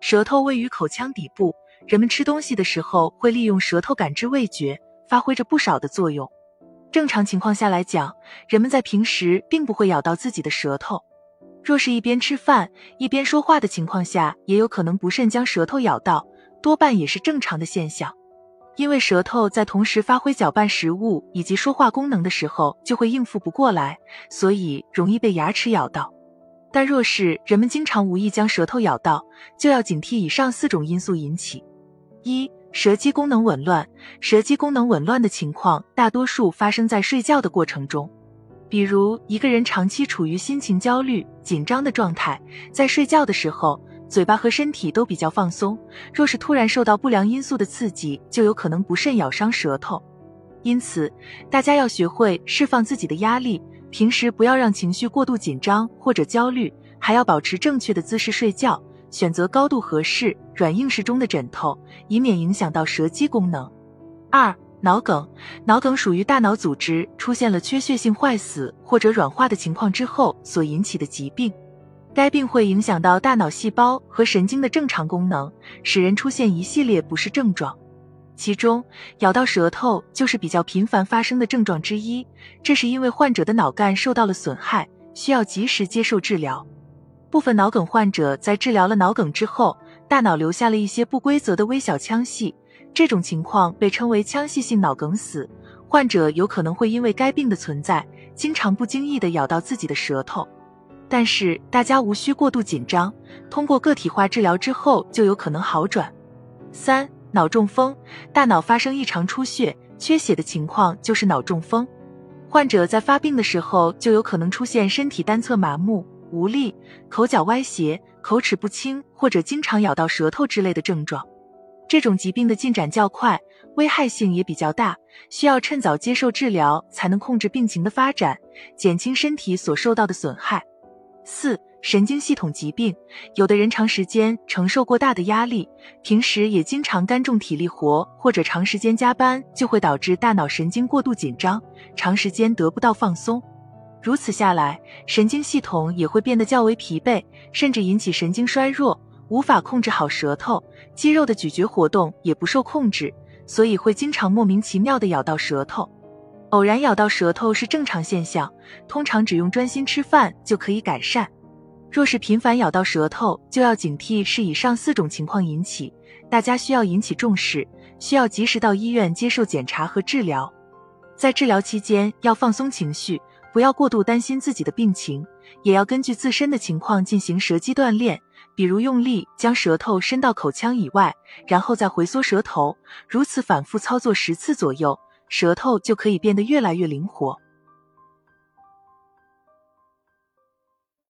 舌头位于口腔底部，人们吃东西的时候会利用舌头感知味觉，发挥着不少的作用。正常情况下来讲，人们在平时并不会咬到自己的舌头。若是一边吃饭一边说话的情况下，也有可能不慎将舌头咬到，多半也是正常的现象。因为舌头在同时发挥搅拌食物以及说话功能的时候就会应付不过来，所以容易被牙齿咬到。但若是人们经常无意将舌头咬到，就要警惕以上4种因素引起。1. 舌肌功能紊乱。舌肌功能紊乱的情况大多数发生在睡觉的过程中。比如一个人长期处于心情焦虑、紧张的状态，在睡觉的时候，嘴巴和身体都比较放松，若是突然受到不良因素的刺激，就有可能不慎咬伤舌头。因此，大家要学会释放自己的压力，平时不要让情绪过度紧张或者焦虑，还要保持正确的姿势睡觉，选择高度合适、软硬适中的枕头，以免影响到舌肌功能。2. 脑梗。脑梗属于大脑组织出现了缺血性坏死或者软化的情况之后所引起的疾病。该病会影响到大脑细胞和神经的正常功能，使人出现一系列不适症状。其中，咬到舌头就是比较频繁发生的症状之一，这是因为患者的脑干受到了损害，需要及时接受治疗。部分脑梗患者在治疗了脑梗之后，大脑留下了一些不规则的微小腔隙，这种情况被称为腔隙性脑梗死。患者有可能会因为该病的存在，经常不经意地咬到自己的舌头。但是大家无需过度紧张，通过个体化治疗之后就有可能好转。3. 脑中风。大脑发生异常出血、缺血的情况就是脑中风。患者在发病的时候就有可能出现身体单侧麻木、无力、口角歪斜、口齿不清或者经常咬到舌头之类的症状。这种疾病的进展较快，危害性也比较大，需要趁早接受治疗才能控制病情的发展，减轻身体所受到的损害。4. 神经系统疾病。有的人长时间承受过大的压力，平时也经常干重体力活或者长时间加班，就会导致大脑神经过度紧张，长时间得不到放松。如此下来，神经系统也会变得较为疲惫，甚至引起神经衰弱，无法控制好舌头，肌肉的咀嚼活动也不受控制，所以会经常莫名其妙地咬到舌头。偶然咬到舌头是正常现象，通常只用专心吃饭就可以改善。若是频繁咬到舌头，就要警惕是以上4种情况引起，大家需要引起重视，需要及时到医院接受检查和治疗。在治疗期间要放松情绪，不要过度担心自己的病情，也要根据自身的情况进行舌肌锻炼，比如用力将舌头伸到口腔以外，然后再回缩舌头，如此反复操作10次左右，舌头就可以变得越来越灵活。